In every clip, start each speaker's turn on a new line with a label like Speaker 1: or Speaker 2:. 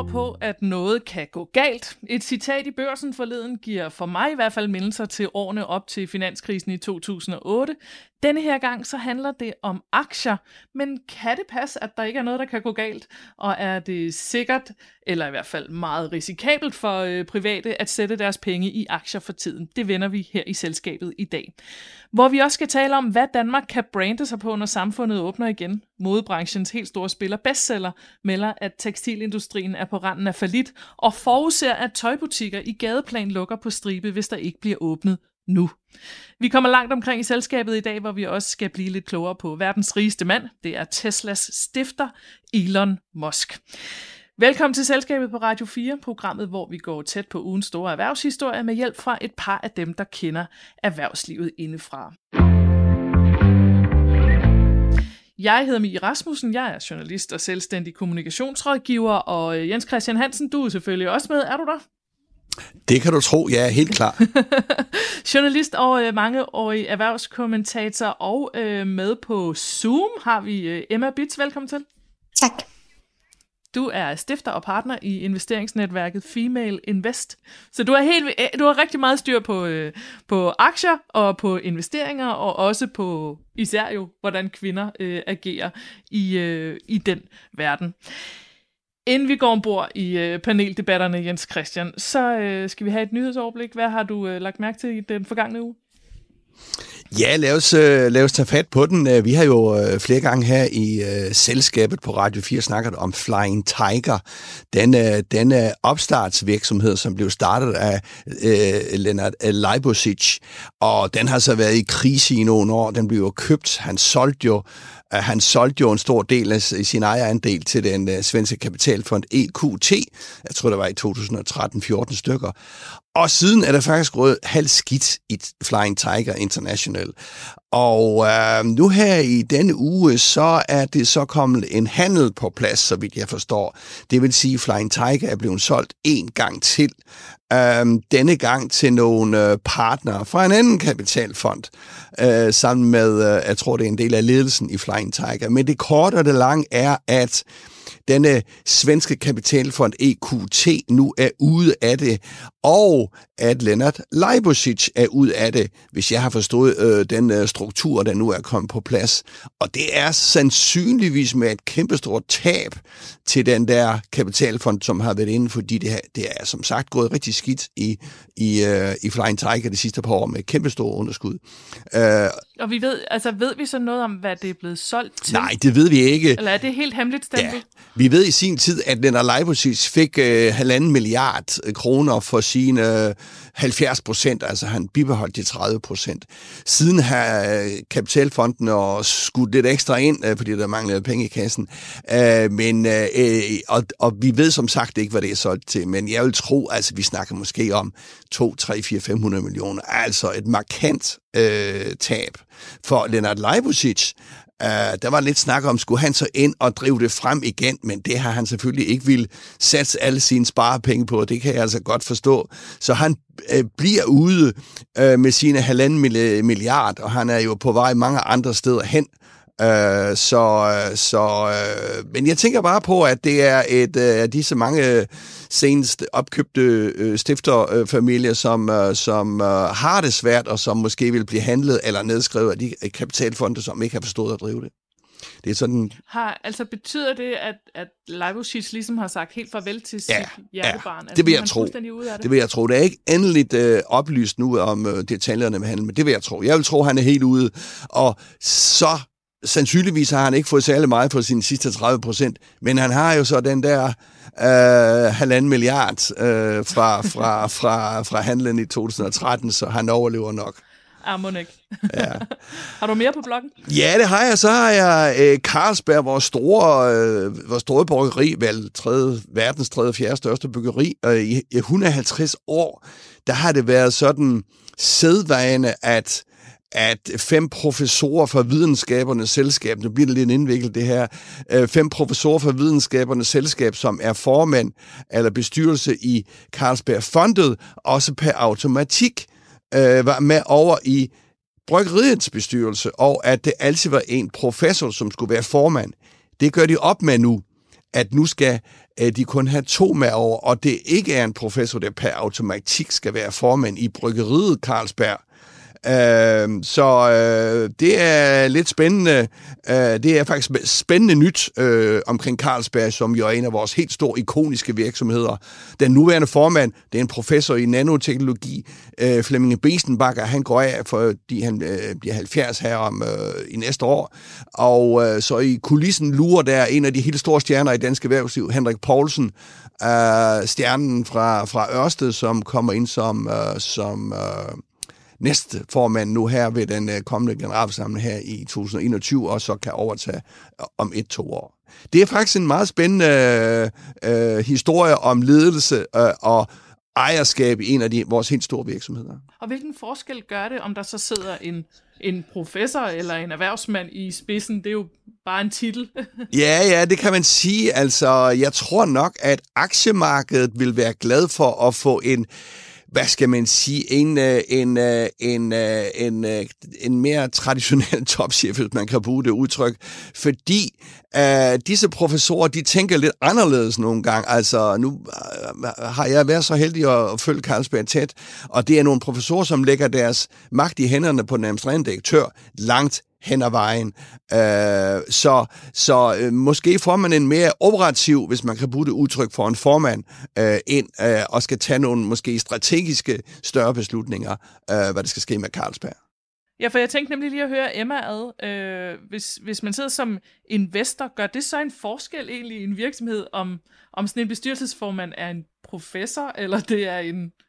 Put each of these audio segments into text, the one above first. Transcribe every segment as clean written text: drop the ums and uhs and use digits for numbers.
Speaker 1: på, at noget kan gå galt. Et citat i Børsen forleden giver for mig i hvert fald mindelser til årene op til finanskrisen i 2008. Denne her gang så handler det om aktier, men kan det passe, at der ikke er noget, der kan gå galt? Og er det sikkert, eller i hvert fald meget risikabelt for private at sætte deres penge i aktier for tiden? Det vender vi her i selskabet i dag. Hvor vi også skal tale om, hvad Danmark kan brande sig på, når samfundet åbner igen. Modebranchens helt store spiller Bestseller melder, at tekstilindustrien er på randen af fallit, og forudser, at tøjbutikker i gadeplan lukker på stribe, hvis der ikke bliver åbnet nu. Vi kommer langt omkring i selskabet i dag, hvor vi også skal blive lidt klogere på verdens rigeste mand. Det er Teslas stifter, Elon Musk. Velkommen til selskabet på Radio 4, programmet, hvor vi går tæt på ugens store erhvervshistorie med hjælp fra et par af dem, der kender erhvervslivet indefra. Jeg hedder Mie Rasmussen, jeg er journalist og selvstændig kommunikationsrådgiver, og Jens Christian Hansen, du er selvfølgelig også med. Er du der?
Speaker 2: Det kan du tro, jeg er helt klar.
Speaker 1: Journalist og mangeårig erhvervskommentator, og med på Zoom har vi Emma Bitz. Velkommen til.
Speaker 3: Tak.
Speaker 1: Du er stifter og partner i investeringsnetværket Female Invest. Så du har rigtig meget styr på aktier og på investeringer, og også på især jo, hvordan kvinder agerer i den verden. Inden vi går ombord i paneldebatterne, Jens Christian, så skal vi have et nyhedsoverblik. Hvad har du lagt mærke til i den forgangne uge?
Speaker 2: Ja, lad os tage fat på den. Vi har jo flere gange her i selskabet på Radio 4 snakket om Flying Tiger. Denne opstartsvirksomhed, som blev startet af Leonard Leibowitz, og den har så været i krise i nogle år. Den blev jo købt. Han solgte jo en stor del af sin ejerandel til den svenske kapitalfond EQT. Jeg tror, det var i 2013-14 stykker. Og siden er der faktisk gået halvt skidt i Flying Tiger International. Og nu her i denne uge, så er det så kommet en handel på plads, så vidt jeg forstår. Det vil sige, at Flying Tiger er blevet solgt en gang til. Denne gang til nogle partnere fra en anden kapitalfond, sammen med, jeg tror det er en del af ledelsen i Flying Tiger. Men det korte og det lange er, at denne svenske kapitalfond EQT nu er ude af det, og at Leonard Leibowitz er ude af det, hvis jeg har forstået den struktur, der nu er kommet på plads. Og det er sandsynligvis med et kæmpestort tab til den der kapitalfond, som har været inde, fordi det er som sagt gået rigtig skidt i Flying Tiger de sidste par år med kæmpestore underskud.
Speaker 1: Og ved vi så noget om, hvad det er blevet solgt til?
Speaker 2: Nej, det ved vi ikke.
Speaker 1: Eller er det helt hemmeligt stempel?
Speaker 2: Ja. Vi ved i sin tid, at Leonard Leibowitz fik 1,5 milliard kroner for sine 70%, altså han bibeholdt de 30%. Siden har kapitalfonden og skudt lidt ekstra ind, fordi der manglede penge i kassen. Og vi ved som sagt ikke, hvad det er solgt til, men jeg vil tro, altså vi snakker måske om 2, 3, 4, 500 millioner, altså et markant tab for Leonard Leibowitz. Der var lidt snak om, skulle han så ind og drive det frem igen, men det har han selvfølgelig ikke ville satse alle sine sparepenge på, og det kan jeg altså godt forstå. Så han bliver ude med sine 1,5 milliard, og han er jo på vej mange andre steder hen. Men jeg tænker bare på, at det er et af disse mange senest opkøbte stifterfamilier, som har det svært, og som måske vil blive handlet eller nedskrevet af de kapitalfonde, som ikke har forstået at drive det. Det er sådan.
Speaker 1: Betyder det, at Leibowitz ligesom har sagt helt farvel til sit hjertebarn?
Speaker 2: Ja, det vil jeg tro. Det vil jeg tro. Det er ikke endeligt oplyst nu om detaljerne med handel, men det vil jeg tro. Jeg vil tro, han er helt ude, og så sandsynligvis har han ikke fået særlig meget for sine sidste 30%, men han har jo så den der 1,5 milliard fra handlen i 2013, så han overlever nok.
Speaker 1: Monik. Ja. Har du mere på bloggen?
Speaker 2: Ja, det har jeg. Så har jeg Carlsberg, vores store bryggeri, vel verdens 3. største bryggeri. I 150 år, der har det været sådan sædvane, at 5 professorer fra Videnskabernes Selskab, nu bliver det lidt indviklet det her, 5 professorer fra Videnskabernes Selskab, som er formand eller bestyrelse i Carlsbergfondet, også per automatik var med over i bryggeriets bestyrelse, og at det altid var en professor, som skulle være formand. Det gør de op med nu, at nu skal de kun have 2 med over, og det ikke er en professor, der per automatik skal være formand i bryggeriet Carlsberg. Så det er lidt spændende. Det er faktisk spændende nyt omkring Carlsberg, som jo er en af vores helt store ikoniske virksomheder. Den nuværende formand, det er en professor i nanoteknologi, Flemming Besenbacher. Han går af, fordi han bliver 70 her i næste år. Og så i kulissen lurer der en af de helt store stjerner i dansk erhvervsliv, Henrik Poulsen, stjernen fra Ørsted, som kommer ind som næste formand nu her ved den kommende generalforsamling her i 2021, og så kan overtage om 1-2 år. Det er faktisk en meget spændende historie om ledelse og ejerskab i en af vores helt store virksomheder.
Speaker 1: Og hvilken forskel gør det, om der så sidder en professor eller en erhvervsmand i spidsen? Det er jo bare en titel.
Speaker 2: Ja, det kan man sige. Altså, jeg tror nok, at aktiemarkedet vil være glad for at få hvad skal man sige, en mere traditionel topchef, hvis man kan bruge det udtryk, fordi disse professorer, de tænker lidt anderledes nogle gange. Altså, nu har jeg været så heldig at følge Carlsberg tæt, og det er nogle professorer, som lægger deres magt i hænderne på den administrerende direktør langt hen ad vejen. Så måske får man en mere operativ, hvis man kan bruge det udtryk for en formand, ind og skal tage nogle måske strategiske større beslutninger, hvad der skal ske med Carlsberg.
Speaker 1: Ja, for jeg tænkte nemlig lige at høre Emma ad. Hvis man sidder som investor, gør det så en forskel egentlig i en virksomhed, om sådan en bestyrelsesformand er en professor, eller det er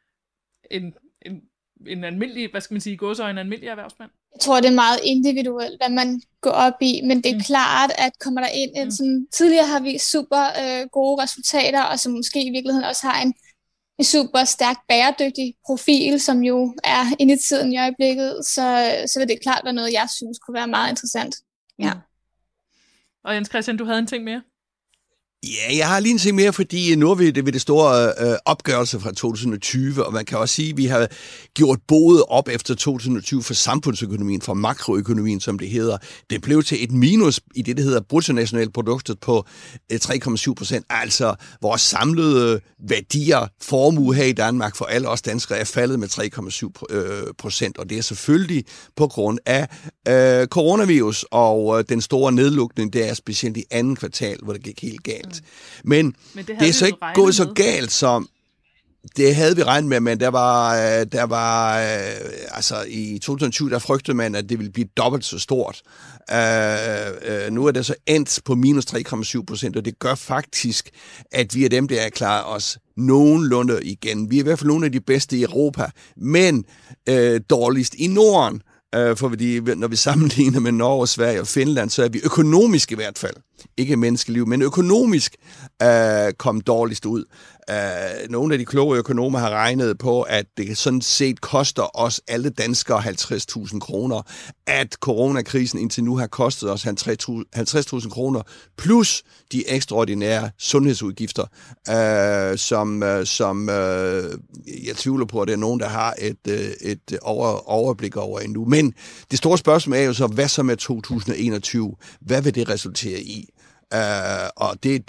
Speaker 1: en almindelig, hvad skal man sige, en almindelig erhvervsmand?
Speaker 3: Jeg tror, det er meget individuelt, hvad man går op i, men det er klart, at kommer der ind en, som tidligere har vist super gode resultater, og som måske i virkeligheden også har en super stærk bæredygtig profil, som jo er inde i tiden i øjeblikket, så vil det klart være noget, jeg synes kunne være meget interessant. Ja.
Speaker 1: Og Jens Christian, du havde en ting mere?
Speaker 2: Ja, jeg har lige en ting mere, fordi nu er vi ved det store opgørelse fra 2020, og man kan også sige, at vi har gjort boet op efter 2020 for samfundsøkonomien, for makroøkonomien, som det hedder. Det blev til et minus i det hedder bruttonationalproduktet på 3,7%. Altså, vores samlede værdier, formue her i Danmark for alle os danskere er faldet med 3,7%, og det er selvfølgelig på grund af coronavirus og den store nedlukning, der er specielt i anden kvartal, hvor det gik helt galt. Men det er så ikke gået så galt som det havde vi regnet med, men der var altså i 2020, der frygtede man, at det ville blive dobbelt så stort. Nu er det så endt på minus 3,7%, og det gør faktisk, at vi er dem, der klarer os nogenlunde igen. Vi er i hvert fald nogle af de bedste i Europa, men dårligst i Norden. Fordi når vi sammenligner med Norge, Sverige og Finland, så er vi økonomisk i hvert fald, ikke menneskeliv, men økonomisk kommet dårligst ud. Nogle af de kloge økonomer har regnet på, at det sådan set koster os alle danskere 50.000 kroner, at coronakrisen indtil nu har kostet os 50.000 kroner, plus de ekstraordinære sundhedsudgifter, som jeg tvivler på, at det er nogen, der har et overblik over endnu. Men det store spørgsmål er jo så, hvad så med 2021? Hvad vil det resultere i? Og det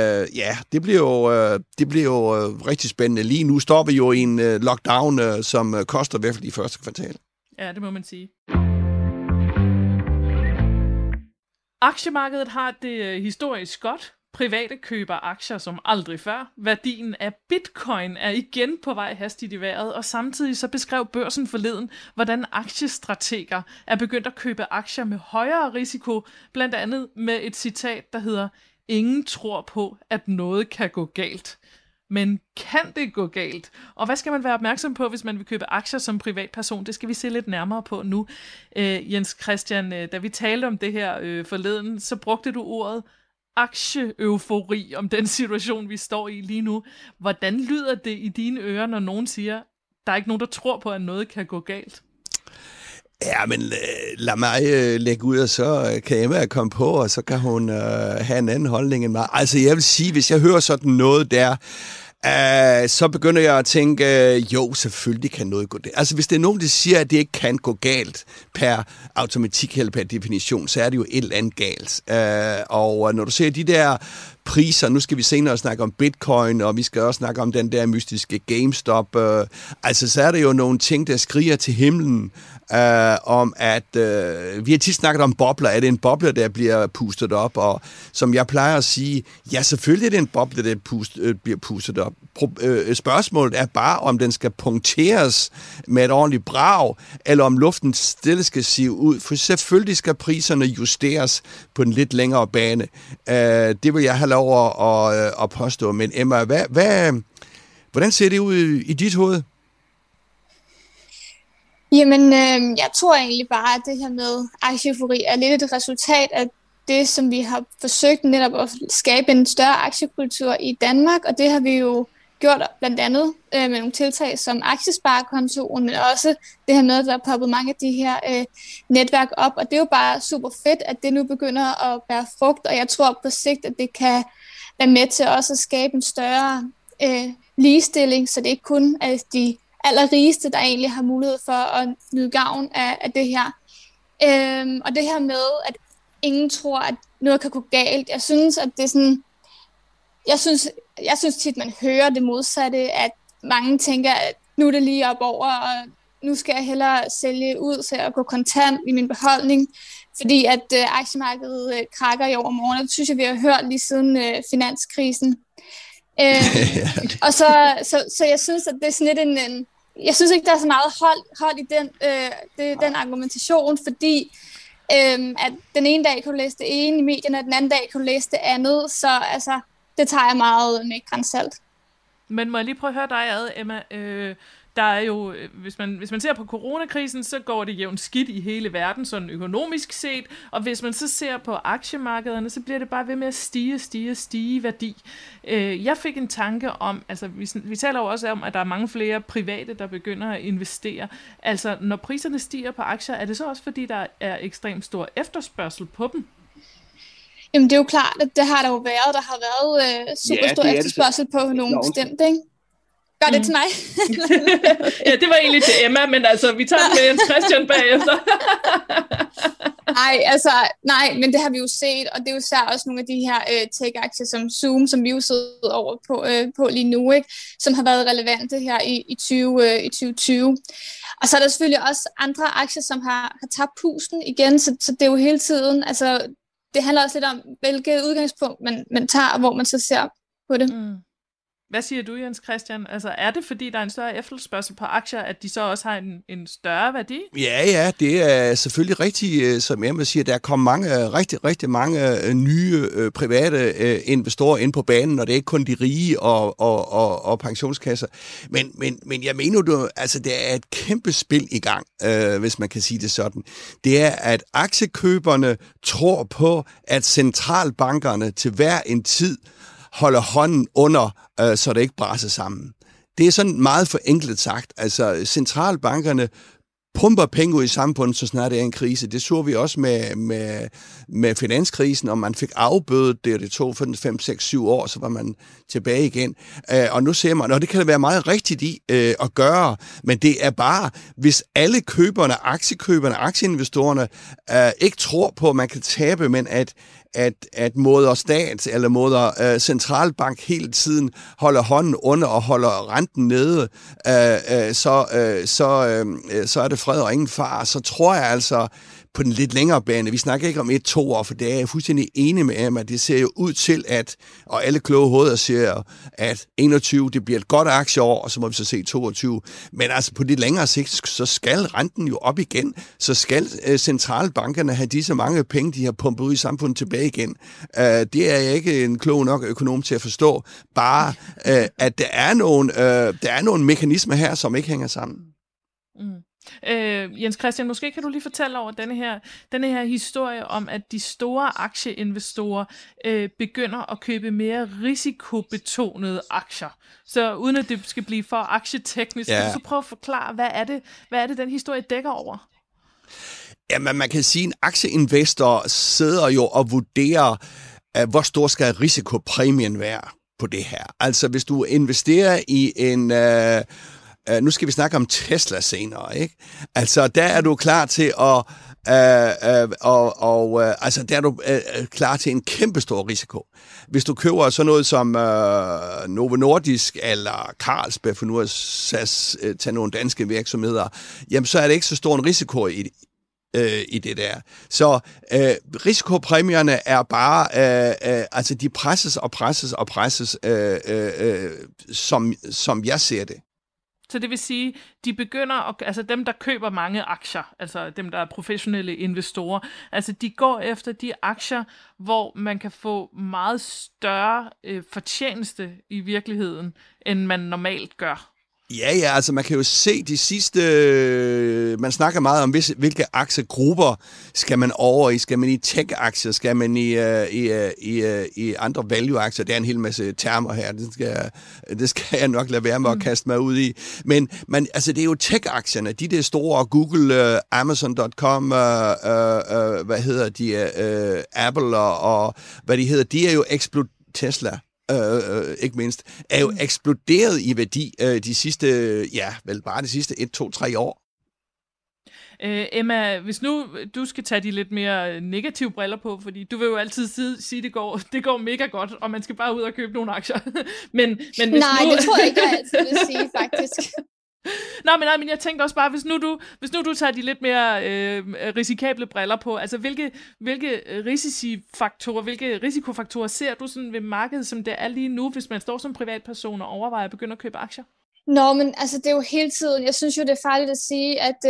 Speaker 2: bliver jo rigtig spændende. Lige nu står vi jo i en lockdown, som koster i hvert fald i første kvartal.
Speaker 1: Ja, det må man sige. Aktiemarkedet har det historisk godt. Private køber aktier som aldrig før. Værdien af bitcoin er igen på vej hastigt i vejret, og samtidig så beskrev børsen forleden, hvordan aktiestrateger er begyndt at købe aktier med højere risiko, blandt andet med et citat, der hedder: "Ingen tror på, at noget kan gå galt." Men kan det gå galt? Og hvad skal man være opmærksom på, hvis man vil købe aktier som privatperson? Det skal vi se lidt nærmere på nu. Jens Christian, da vi talte om det her forleden, så brugte du ordet aktieeufori om den situation, vi står i lige nu. Hvordan lyder det i dine ører, når nogen siger, der er ikke nogen, der tror på, at noget kan gå galt?
Speaker 2: Ja, men lad mig lægge ud, og så kan Emma komme på, og så kan hun have en anden holdning end mig. Altså, jeg vil sige, hvis jeg hører sådan noget der, så begynder jeg at tænke, jo, selvfølgelig kan noget gå galt. Altså, hvis det er nogen, der siger, at det ikke kan gå galt per automatik eller per definition, så er det jo et eller andet galt. Og når du ser de der priser. Nu skal vi senere snakke om Bitcoin, og vi skal også snakke om den der mystiske GameStop. Altså, så er der jo nogle ting, der skriger til himlen, om at vi har tit snakket om bobler. Er det en boble, der bliver pustet op? Og som jeg plejer at sige, ja, selvfølgelig er det en boble, der bliver pustet op. Spørgsmålet er bare, om den skal punkteres med et ordentligt brag, eller om luften stille skal sive ud. For selvfølgelig skal priserne justeres på en lidt længere bane. Det vil jeg have lov at påstå. Men Emma, hvordan ser det ud i dit hoved?
Speaker 3: Jamen, jeg tror egentlig bare, at det her med aktieeufori er lidt et resultat af det, som vi har forsøgt netop at skabe en større aktiekultur i Danmark, og det har vi jo gjort blandt andet med nogle tiltag som aktiesparekontoen, men også det her med, at der er poppet mange af de her netværk op, og det er jo bare super fedt, at det nu begynder at bære frugt, og jeg tror på sigt, at det kan være med til også at skabe en større ligestilling, så det ikke kun er de allerrigeste, der egentlig har mulighed for at nyde gavn af det her. Og det her med, at ingen tror, at noget kan gå galt. Jeg synes, at det er sådan... Jeg synes tit, man hører det modsatte, at mange tænker, at nu er det lige op over, og nu skal jeg hellere sælge ud til at gå kontant i min beholdning, fordi at aktiemarkedet krakker i overmorgen, og det synes jeg, vi har hørt lige siden finanskrisen. Og så jeg synes, at det er sådan lidt en jeg synes ikke, der er så meget hold i den argumentation, fordi at den ene dag kan du læse det ene i medierne, og den anden dag kan du læse det andet, så altså, det tager jeg meget med grænsalt.
Speaker 1: Men må jeg lige prøve at høre dig ad, Emma? Der er jo, hvis man ser på coronakrisen, så går det jævnt skidt i hele verden, sådan økonomisk set, og hvis man så ser på aktiemarkederne, så bliver det bare ved med at stige i værdi. Jeg fik en tanke om, altså vi taler jo også om, at der er mange flere private, der begynder at investere. Altså når priserne stiger på aktier, er det så også fordi, der er ekstremt stor efterspørgsel på dem?
Speaker 3: Jamen det er jo klart, at det har der jo været. Der har været super stor efterspørgsel på nogen bestemt, ikke? Gør det til mig?
Speaker 1: Ja, det var egentlig til Emma, men altså, vi tager det med Jens Christian bagefter.
Speaker 3: Nej, men det har vi jo set, og det er jo især også nogle af de her tech-aktier som Zoom, som vi jo sidder over på lige nu, ikke? Som har været relevante her i 2020. Og så er der selvfølgelig også andre aktier, som har tabt pusten igen, så det er jo hele tiden, altså det handler også lidt om, hvilket udgangspunkt man tager, og hvor man så ser på det. Mm.
Speaker 1: Hvad siger du, Jens Christian? Altså, er det, fordi der er en større efterspørgsel på aktier, at de så også har en større værdi?
Speaker 2: Ja, det er selvfølgelig rigtigt, som Emma siger. Der kommer rigtig mange nye private investorer ind på banen, og det er ikke kun de rige og pensionskasser. Men jeg mener, altså, det er et kæmpe spil i gang, hvis man kan sige det sådan. Det er, at aktiekøberne tror på, at centralbankerne til hver en tid holder hånden under, så det ikke braser sammen. Det er sådan meget forenklet sagt. Altså, centralbankerne pumper penge ud i samfundet, så snart det er en krise. Det så vi også med finanskrisen, og man fik afbødet det tog 5, 6, 7 år, så var man tilbage igen. Og nu ser man, og det kan der være meget rigtigt i at gøre, men det er bare, hvis alle aktieinvestorerne ikke tror på, at man kan tabe, men at moder stat eller moder centralbank hele tiden holder hånden under og holder renten nede, så er det fred og ingen far. Så tror jeg altså på den lidt længere bane, vi snakker ikke om 1-2 år, for det er jeg fuldstændig enig med Emma, det ser jo ud til, at, og alle kloge hoveder siger, at 21, det bliver et godt aktieår, og så må vi så se 22. Men altså på det længere sigt, så skal renten jo op igen, så skal centralbankerne have disse mange penge, de har pumpet ud i samfundet tilbage igen. Det er jeg ikke en klog nok økonom til at forstå, bare at der er nogle mekanismer her, som ikke hænger sammen.
Speaker 1: Mm. Jens Christian, måske kan du lige fortælle over denne her historie om, at de store aktieinvestorer begynder at købe mere risikobetonede aktier. Så uden at det skal blive for aktieteknisk, kan du prøve at forklare, hvad er det den historie dækker over?
Speaker 2: Jamen, man kan sige, at en aktieinvestor sidder jo og vurderer, hvor stor skal risikopræmien være på det her. Altså, hvis du investerer i en... nu skal vi snakke om Tesla senere, ikke? Altså, der er du klar til at Altså, der er du klar til en kæmpestor risiko. Hvis du køber sådan noget som Novo Nordisk eller Carlsberg, for nu at tage nogle danske virksomheder, jamen så er det ikke så stor en risiko i det der. Så risikopræmierne er bare, altså de presses og presses og presses, som jeg ser det.
Speaker 1: Så det vil sige, de begynder, altså dem, der køber mange aktier, altså dem, der er professionelle investorer, altså de går efter de aktier, hvor man kan få meget større fortjeneste i virkeligheden, end man normalt gør.
Speaker 2: Ja, altså man kan jo se de sidste, man snakker meget om, hvilke aktiegrupper skal man over i. Skal man i tech-aktier? Skal man i andre value-aktier? Der er en hel masse termer her, det skal jeg nok lade være med at kaste mig ud i. Men altså det er jo tech-aktierne, de der store, Google, Amazon.com, hvad hedder de, Apple og hvad de hedder, de er jo Tesla. Ikke mindst, er jo eksploderet i værdi de sidste, bare de sidste 1, 2, 3 år.
Speaker 1: Emma, hvis nu du skal tage de lidt mere negative briller på, fordi du vil jo altid sige, det går mega godt, og man skal bare ud og købe nogle aktier. men hvis
Speaker 3: det tror jeg ikke, jeg altid vil sige, faktisk.
Speaker 1: Nej, men jeg tænkte også bare, hvis nu du tager de lidt mere risikable briller på, altså hvilke risikofaktorer ser du sådan ved markedet, som det er lige nu, hvis man står som privatperson og overvejer at begynde at købe aktier?
Speaker 3: Nå, men altså det er jo hele tiden, jeg synes jo, det er farligt at sige, at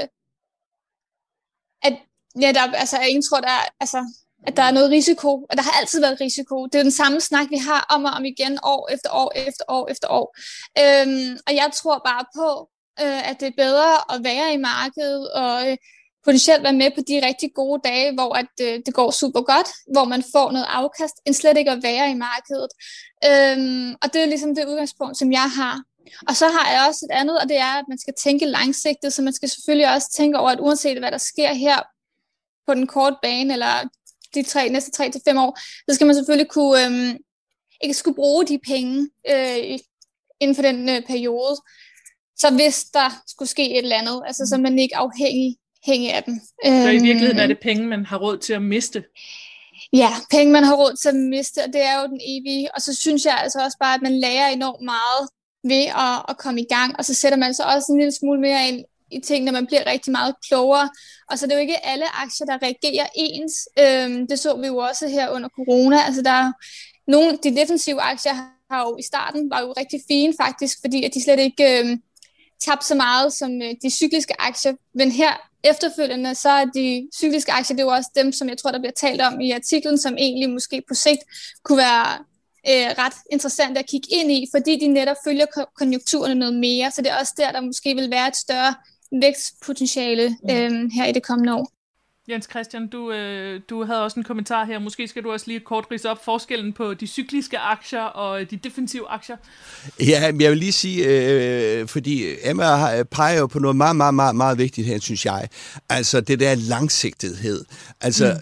Speaker 3: ingen tror, at der er noget risiko, og der har altid været risiko. Det er den samme snak, vi har om og om igen, år efter år efter år efter år. Og jeg tror bare på, at det er bedre at være i markedet og potentielt være med på de rigtig gode dage, hvor det går super godt, hvor man får noget afkast, end slet ikke at være i markedet. Og det er ligesom det udgangspunkt, som jeg har. Og så har jeg også et andet, og det er, at man skal tænke langsigtet, så man skal selvfølgelig også tænke over, at uanset hvad der sker her på den korte bane, eller de næste 3 til 5 år, så skal man selvfølgelig ikke skulle bruge de penge inden for den periode. Så hvis der skulle ske et eller andet, altså så er man ikke afhængig af dem.
Speaker 1: Så i virkeligheden er det penge, man har råd til at miste?
Speaker 3: Ja, penge man har råd til at miste, og det er jo den evige. Og så synes jeg altså også bare, at man lærer enormt meget ved at komme i gang, og så sætter man så også en lille smule mere ind i ting, når man bliver rigtig meget klogere. Og så er det jo ikke alle aktier, der reagerer ens. Det så vi jo også her under corona. Altså der er de defensive aktier har jo i starten var jo rigtig fine faktisk, fordi at de slet ikke tabte så meget som de cykliske aktier. Men her efterfølgende, så er de cykliske aktier, det er jo også dem, som jeg tror, der bliver talt om i artiklen, som egentlig måske på sigt kunne være ret interessant at kigge ind i, fordi de netop følger konjunkturerne noget mere. Så det er også der måske vil være et større vækstpotentiale her i det kommende år.
Speaker 1: Jens Christian, du havde også en kommentar her. Måske skal du også lige kort ridse op forskellen på de cykliske aktier og de defensive aktier. Ja,
Speaker 2: jeg vil lige sige, fordi Emma peger jo på noget meget, meget, meget, meget vigtigt her, synes jeg. Altså det der langsigtighed. Altså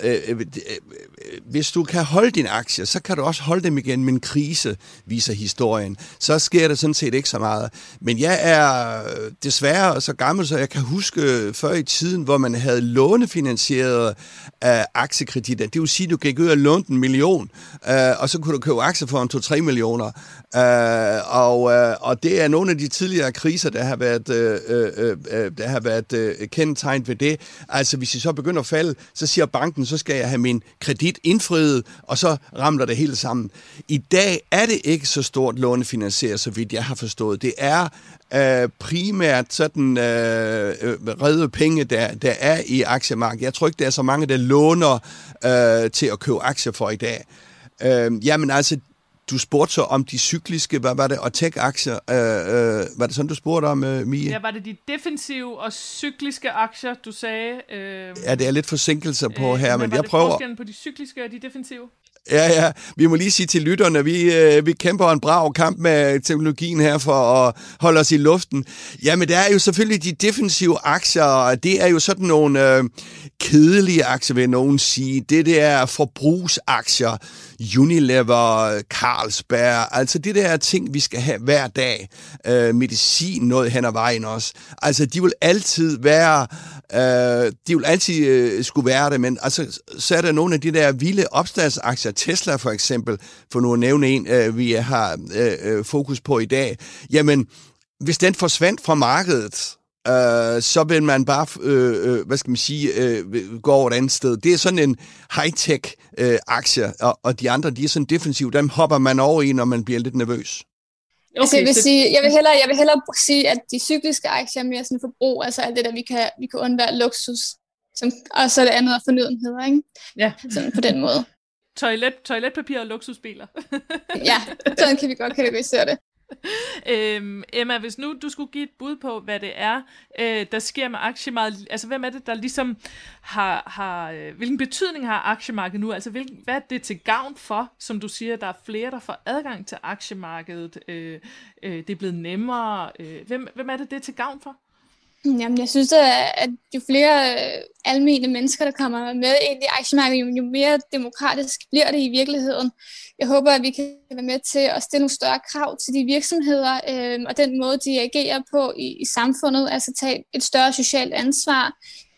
Speaker 2: hvis du kan holde dine aktier, så kan du også holde dem igen med en krise, viser historien. Så sker der sådan set ikke så meget. Men jeg er desværre så gammel, så jeg kan huske før i tiden, hvor man havde lånefinansierede aktiekreditter. Det vil sige, at du gik ud og lånte 1 million, og så kunne du købe aktier for 2-3 millioner. Og det er nogle af de tidligere kriser, der har været kendetegnet ved det. Altså, hvis det så begynder at falde, så siger banken, så skal jeg have min kredit indfriet, og så ramler det hele sammen. I dag er det ikke så stort lånefinansieret, så vidt jeg har forstået. Det er primært sådan redde penge, der er i aktiemarkedet. Jeg tror ikke, der er så mange, der låner til at købe aktier for i dag. Jamen altså, du spurgte så om de cykliske, hvad var det, og tech-aktier. Var det sådan, du spurgte om, Mie?
Speaker 1: Ja, var det de defensive og cykliske aktier, du sagde?
Speaker 2: Ja, det er lidt forsinkelser på her, men jeg prøver.
Speaker 1: Var det forskellen på de cykliske og de defensive?
Speaker 2: Ja, vi må lige sige til lytterne, vi kæmper en brav kamp med teknologien her for at holde os i luften. Jamen, der er jo selvfølgelig de defensive aktier, og det er jo sådan nogle kedelige aktier, vil nogen sige. Det der forbrugsaktier, Unilever, Carlsberg, altså det der ting, vi skal have hver dag. Medicin noget hen ad vejen også. Altså, de vil altid være De vil altid skulle være det, men altså, så er der nogle af de der vilde opstartsaktier, Tesla for eksempel, for nu at nævne en, vi har fokus på i dag. Jamen, hvis den forsvandt fra markedet, så vil man bare, gå over et andet sted. Det er sådan en high-tech aktie, og de andre, de er sådan defensive. Dem hopper man over i, når man bliver lidt nervøs.
Speaker 3: Okay, altså, jeg vil hellere sige, at de cykliske aktier er mere sådan forbrug, altså alt det der, vi kan undvære luksus, og så er det andet af fornødenheder, ikke?
Speaker 1: Ja.
Speaker 3: Sådan på den måde.
Speaker 1: Toiletpapir og luksusbiler.
Speaker 3: Ja, sådan kan vi godt kategorisere det.
Speaker 1: Emma, hvis nu du skulle give et bud på, hvad det er, der sker med aktiemarkedet, altså hvem er det, der ligesom har hvilken betydning har aktiemarkedet nu, altså hvad er det til gavn for, som du siger, der er flere, der får adgang til aktiemarkedet, det er blevet nemmere, hvem er det er til gavn for?
Speaker 3: Jamen, jeg synes, at jo flere almene mennesker, der kommer med ind i aktiemarkedet, jo mere demokratisk bliver det i virkeligheden. Jeg håber, at vi kan være med til at stille nogle større krav til de virksomheder, og den måde, de agerer på i samfundet, altså tage et større socialt ansvar.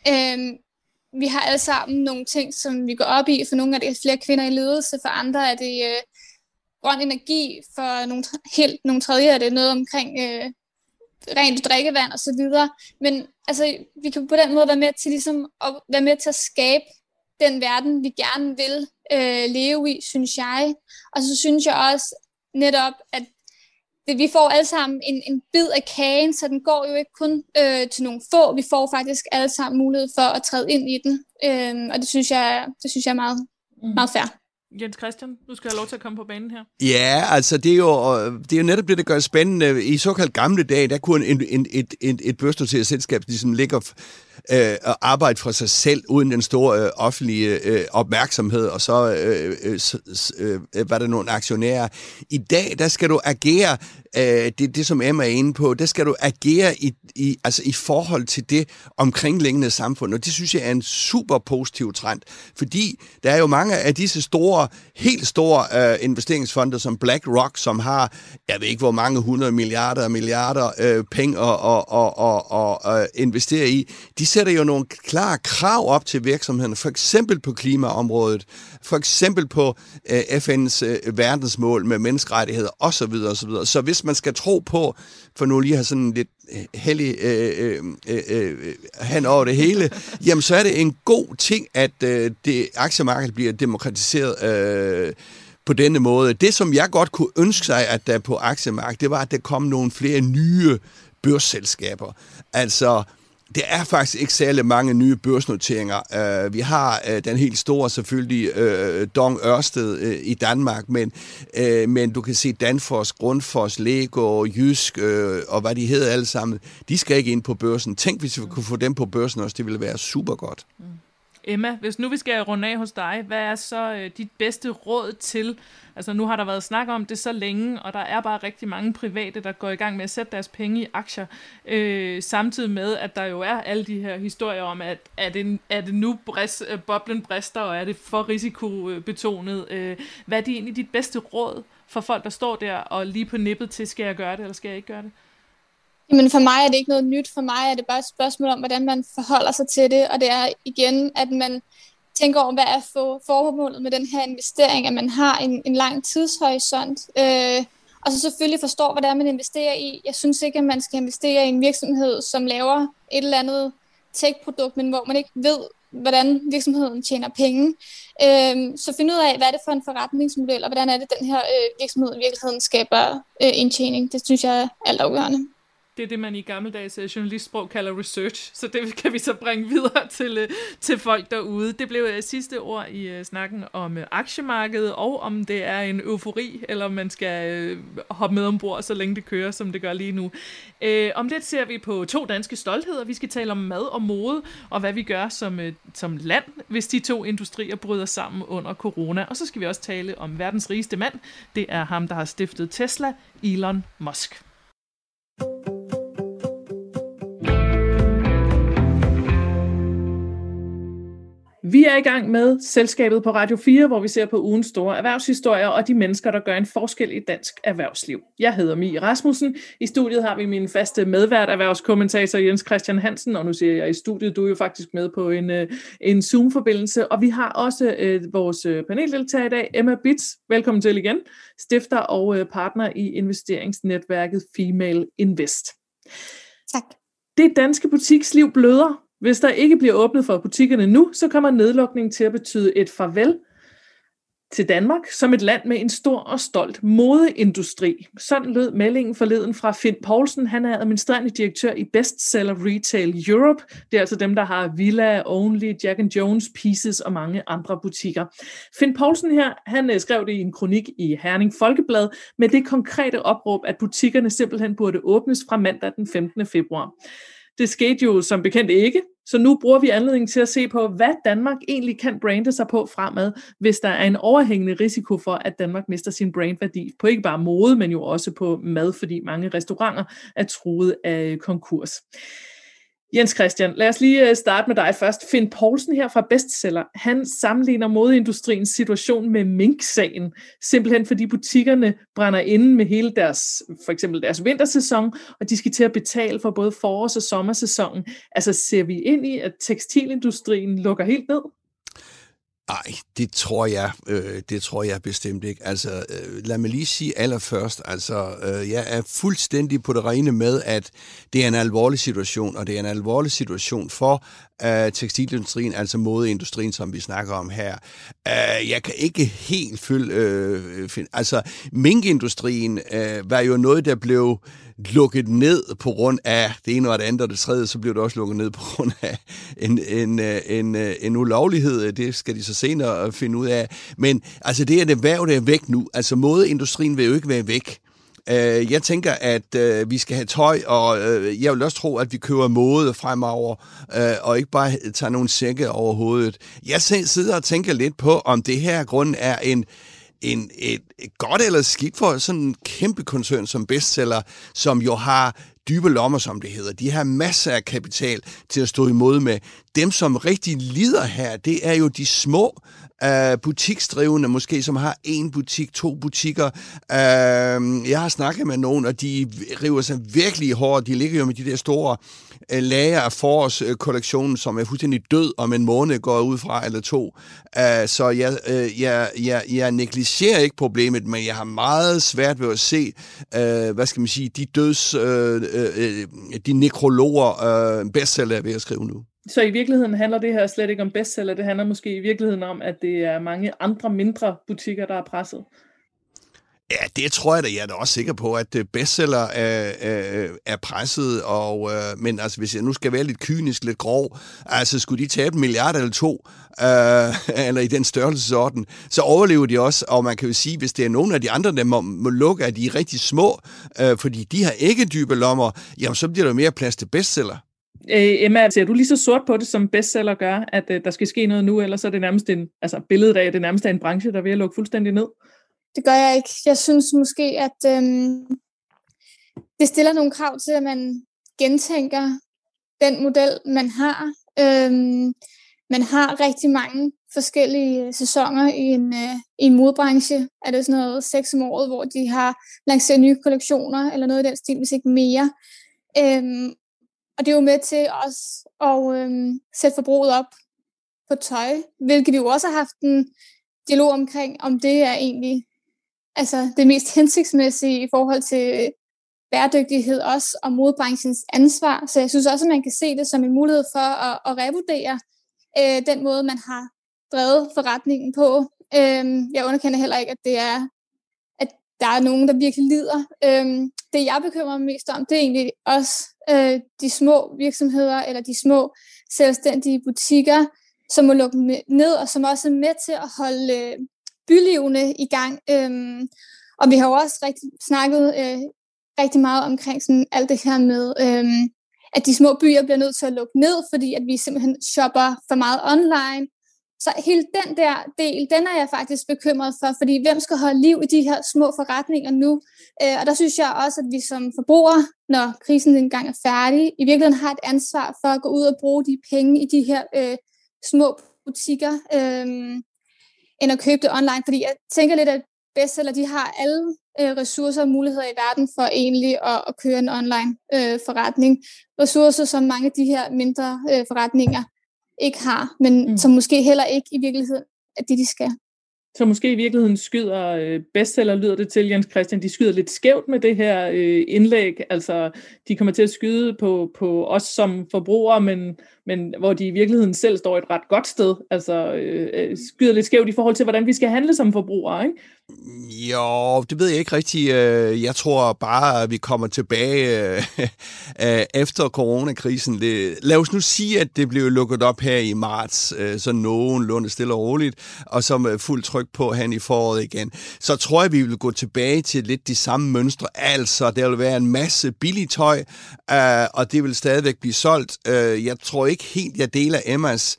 Speaker 3: Vi har alle sammen nogle ting, som vi går op i. For nogle er det flere kvinder i ledelse, for andre er det grøn energi, for nogle tredje er det noget omkring rent drikkevand og så videre. Men altså, vi kan på den måde være med til at skabe den verden, vi gerne vil leve i, synes jeg. Og så synes jeg også netop, at vi får alle sammen en bid af kagen, så den går jo ikke kun til nogle få. Vi får faktisk alle sammen mulighed for at træde ind i den. Og det synes jeg er meget, meget fair.
Speaker 1: Jens Christian, du skal have lov til at komme på banen her.
Speaker 2: Ja, altså det er jo netop det, der gør det spændende. I såkaldt gamle dage, der kunne et børsnoteret selskab ligesom ligge og arbejde for sig selv, uden den store offentlige opmærksomhed, og så var der nogle aktionærer. I dag, der skal du agere, det som Emma er inde på, der skal du agere i forhold til det omkringliggende samfund, og det synes jeg er en super positiv trend, fordi der er jo mange af disse helt store investeringsfonder som BlackRock, som har, jeg ved ikke hvor mange 100 milliarder penge at investere i. De sætter jo nogle klare krav op til virksomhederne, for eksempel på klimaområdet, for eksempel på FN's verdensmål med menneskerettigheder osv. osv. Så hvis man skal tro på, for nu lige har sådan lidt hellig hand over det hele, jamen så er det en god ting, at det aktiemarked bliver demokratiseret på denne måde. Det, som jeg godt kunne ønske sig, at der på aktiemarkedet, det var, at der kom nogle flere nye børsselskaber. Altså, det er faktisk ikke særlig mange nye børsnoteringer. Vi har den helt store selvfølgelig Dong Ørsted i Danmark, men du kan se Danfoss, Grundfos, Lego, Jysk og hvad de hedder alle sammen, de skal ikke ind på børsen. Tænk, hvis vi kunne få dem på børsen også, det ville være super godt.
Speaker 1: Emma, hvis nu vi skal runde af hos dig, hvad er så dit bedste råd til, altså nu har der været snak om det så længe, og der er bare rigtig mange private, der går i gang med at sætte deres penge i aktier, samtidig med, at der jo er alle de her historier om, at er det nu boblen brister, og er det for risikobetonet? Hvad er det egentlig dit bedste råd for folk, der står der og lige på nippet til, skal jeg gøre det, eller skal jeg ikke gøre det?
Speaker 3: Jamen for mig er det ikke noget nyt. For mig er det bare et spørgsmål om, hvordan man forholder sig til det. Og det er igen, at man tænker over, hvad er formålet med den her investering, at man har en lang tidshorisont. Og så selvfølgelig forstår, hvad det er, man investerer i. Jeg synes ikke, at man skal investere i en virksomhed, som laver et eller andet tech-produkt, men hvor man ikke ved, hvordan virksomheden tjener penge. Så find ud af, hvad er det for en forretningsmodel, og hvordan er det, den her virksomhed i virkeligheden skaber indtjening. Det synes jeg er altafgørende.
Speaker 1: Det er det, man i gammeldags journalistsprog kalder research, så det kan vi så bringe videre til folk derude. Det blev sidste ord i snakken om aktiemarkedet, og om det er en eufori, eller om man skal hoppe med ombord, så længe det kører, som det gør lige nu. Om lidt ser vi på 2 danske stoltheder. Vi skal tale om mad og mode, og hvad vi gør som land, hvis de 2 industrier bryder sammen under corona. Og så skal vi også tale om verdens rigeste mand. Det er ham, der har stiftet Tesla, Elon Musk. Vi er i gang med Selskabet på Radio 4, hvor vi ser på ugens store erhvervshistorier og de mennesker, der gør en forskel i dansk erhvervsliv. Jeg hedder Mie Rasmussen. I studiet har vi min faste medvært, erhvervskommentator Jens Christian Hansen, og nu siger jeg i studiet, du er jo faktisk med på en Zoom-forbindelse, og vi har også vores paneldeltager i dag, Emma Bitz. Velkommen til igen. Stifter og partner i investeringsnetværket Female Invest.
Speaker 3: Tak.
Speaker 1: Det danske butiksliv bløder. Hvis der ikke bliver åbnet for butikkerne nu, så kommer nedlukningen til at betyde et farvel til Danmark som et land med en stor og stolt modeindustri. Sådan lød meldingen forleden fra Finn Poulsen. Han er administrerende direktør i Bestseller Retail Europe. Det er altså dem, der har Villa, Only, Jack & Jones, Pieces og mange andre butikker. Finn Poulsen her, han skrev det i en kronik i Herning Folkeblad med det konkrete opråb, at butikkerne simpelthen burde åbnes fra mandag den 15. februar. Det skete jo som bekendt ikke, så nu bruger vi anledningen til at se på, hvad Danmark egentlig kan brande sig på fremad, hvis der er en overhængende risiko for, at Danmark mister sin brandværdi på ikke bare mode, men jo også på mad, fordi mange restauranter er truet af konkurs. Jens Christian, lad os lige starte med dig først. Finn Poulsen her fra Bestseller, han sammenligner modeindustriens situation med minksagen, simpelthen fordi butikkerne brænder inde med hele for eksempel deres vintersæson, og de skal til at betale for både forårs- og sommersæsonen. Altså ser vi ind i, at tekstilindustrien lukker helt ned?
Speaker 2: Nej, det tror jeg bestemt ikke. Altså, lad mig lige sige allerførst, jeg er fuldstændig på det rene med, at det er en alvorlig situation, og det er en alvorlig situation for tekstilindustrien, altså modeindustrien, som vi snakker om her. Jeg kan ikke helt følge... minkindustrien var jo noget, der blev lukket ned på grund af det ene og det andet og det tredje, så blev det også lukket ned på grund af en ulovlighed. Det skal de så senere finde ud af. Men altså, det er det erhverv, der er væk nu. Altså, modeindustrien vil jo ikke være væk. Jeg tænker, at vi skal have tøj, og jeg vil også tro, at vi køber mode fremover, og ikke bare tager nogle sække over hovedet. Jeg sidder og tænker lidt på, om det her grund er et godt eller skidt for sådan en kæmpe koncern som Bestseller, som jo har dybe lommer, som det hedder. De har masser af kapital til at stå imod med. Dem, som rigtig lider her, det er jo de små butiksdrivende, måske som har 1 butik, 2 butikker. Jeg har snakket med nogen, og de river sig virkelig hårdt. De ligger jo med de der store lager af forårskollektionen, som er fuldstændig død om en måned går ud fra eller 2. Så jeg negligerer ikke problemet, men jeg har meget svært ved at se, de nekrologer Bestseller er ved at skrive nu.
Speaker 1: Så i virkeligheden handler det her slet ikke om Bestseller, det handler måske i virkeligheden om, at det er mange andre mindre butikker, der er presset?
Speaker 2: Ja, det tror jeg da. Jeg er da også sikker på, at Bestseller er presset, men altså, hvis jeg nu skal være lidt kynisk, lidt grov, altså skulle de tabe 1 milliard eller 2, eller i den størrelsesorden, så overlever de også, og man kan jo sige, hvis det er nogle af de andre, der må lukke, at de er rigtig små, fordi de har ikke dybe lommer, jamen så bliver der mere plads til Bestseller.
Speaker 1: Emma, ser du lige så sort på det, som Bestseller gør, at der skal ske noget nu, eller så er det nærmest billedet af, at det nærmest er en branche, der er ved at lukke fuldstændig ned?
Speaker 3: Det gør jeg ikke. Jeg synes måske, at det stiller nogle krav til, at man gentænker den model, man har. Man har rigtig mange forskellige sæsoner i en modebranche. Er det sådan noget 6 om året, hvor de har lanceret nye kollektioner, eller noget i den stil, hvis ikke mere. Og det er jo med til også at sætte forbruget op på tøj, hvilket vi jo også har haft en dialog omkring, om det er egentlig det mest hensigtsmæssige i forhold til bæredygtighed også, og modebranchens ansvar. Så jeg synes også, at man kan se det som en mulighed for at revurdere den måde, man har drevet forretningen på. Jeg underkender heller ikke, at der er nogen, der virkelig lider. Det, jeg bekymrer mig mest om, det er egentlig også de små virksomheder, eller de små selvstændige butikker, som må lukke ned, og som også er med til at holde bylivene i gang. Og vi har jo også snakket rigtig meget omkring sådan alt det her med, at de små byer bliver nødt til at lukke ned, fordi at vi simpelthen shopper for meget online. Så hele den der del, den er jeg faktisk bekymret for, fordi hvem skal holde liv i de her små forretninger nu? Og der synes jeg også, at vi som forbrugere, når krisen engang er færdig, i virkeligheden har et ansvar for at gå ud og bruge de penge i de her små butikker, end at købe det online, fordi jeg tænker lidt, at bestseller, de har alle ressourcer og muligheder i verden for egentlig at køre en online forretning. Ressourcer, som mange af de her mindre forretninger ikke har, men som måske heller ikke i virkeligheden er det, de skal.
Speaker 1: Så måske i virkeligheden skyder bestseller, lyder det til, Jens Christian, de skyder lidt skævt med det her indlæg. Altså, de kommer til at skyde på os som forbrugere, men hvor de i virkeligheden selv står et ret godt sted. Altså, skyder lidt skævt i forhold til, hvordan vi skal handle som forbrugere, ikke?
Speaker 2: Jo, det ved jeg ikke rigtigt. Jeg tror bare, at vi kommer tilbage efter coronakrisen. Lad os nu sige, at det blev lukket op her i marts, så nogenlunde stille og roligt, og så med fuld tryk på hen i foråret igen. Så tror jeg, vi vil gå tilbage til lidt de samme mønstre. Altså, der vil være en masse billig tøj, og det vil stadigvæk blive solgt. Jeg tror ikke helt, jeg deler Emmas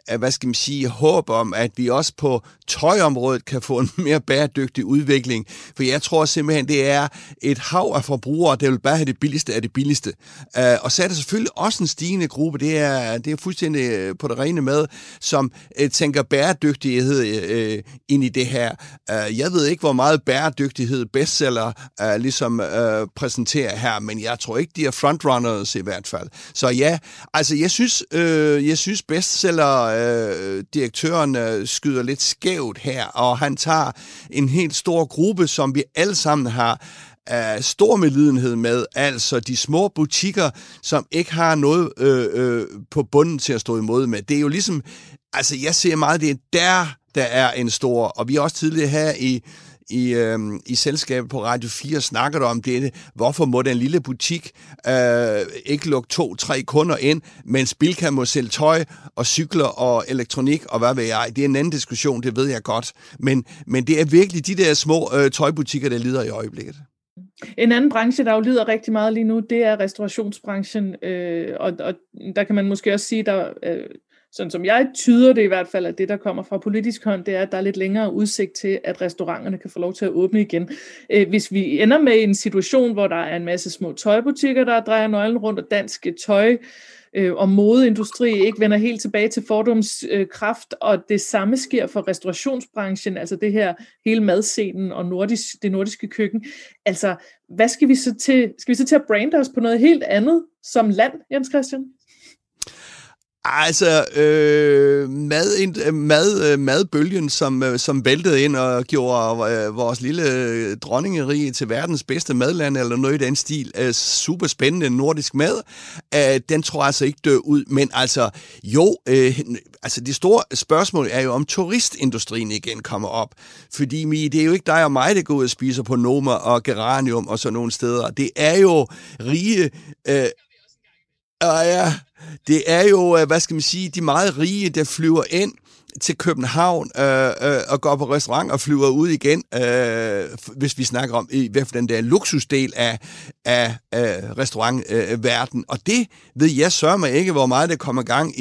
Speaker 2: håb om, at vi også på tøjområdet kan få en mere bæredygtig udvikling. For jeg tror simpelthen, det er et hav af forbrugere, der vil bare have det billigste af det billigste. Og så er der selvfølgelig også en stigende gruppe, det er fuldstændig på det rene med, som tænker bæredygtighed ind i det her. Jeg ved ikke, hvor meget bæredygtighed bestseller ligesom præsenterer her, men jeg tror ikke, de er frontrunners i hvert fald. Så ja, altså jeg synes bestseller direktøren skyder lidt skævt her, og han tager en helt stor gruppe, som vi alle sammen har stor medlidenhed med, altså de små butikker, som ikke har noget på bunden til at stå imod med. Det er jo ligesom, altså jeg ser meget, det er der er en stor, og vi er også tidligere her i selskabet på Radio 4 snakker om det. Hvorfor må den lille butik ikke lukke 2-3 kunder ind, mens Bilka må sælge tøj og cykler og elektronik og hvad ved jeg. Det er en anden diskussion, det ved jeg godt. Men det er virkelig de der små tøjbutikker, der lider i øjeblikket.
Speaker 1: En anden branche, der jo lider rigtig meget lige nu, det er restaurationsbranchen. Og der kan man måske også sige, der sådan som jeg tyder det i hvert fald, at det, der kommer fra politisk hånd, det er, at der er lidt længere udsigt til, at restauranterne kan få lov til at åbne igen. Hvis vi ender med en situation, hvor der er en masse små tøjbutikker, der drejer nøglen rundt, og dansk tøj og modeindustri ikke vender helt tilbage til fordomskraft, og det samme sker for restaurationsbranchen, altså det her hele madscenen og det nordiske køkken. Altså, hvad skal vi så til? Skal vi så til at brande os på noget helt andet som land, Jens Christian?
Speaker 2: Altså, madbølgen, som væltede ind og gjorde vores lille dronningerige til verdens bedste madland, eller noget i den stil, super spændende nordisk mad, den tror jeg altså ikke dør ud. Men altså, altså det store spørgsmål er jo, om turistindustrien igen kommer op. Fordi det er jo ikke dig og mig, der går ud og spiser på Noma og Geranium og sådan nogle steder. Det er jo rige... Det er jo, de meget rige, der flyver ind til København og går på restaurant og flyver ud igen, hvis vi snakker om i hvert fald den der luksusdel af restaurantverdenen. Og det ved jeg sørger mig ikke, hvor meget det kommer gang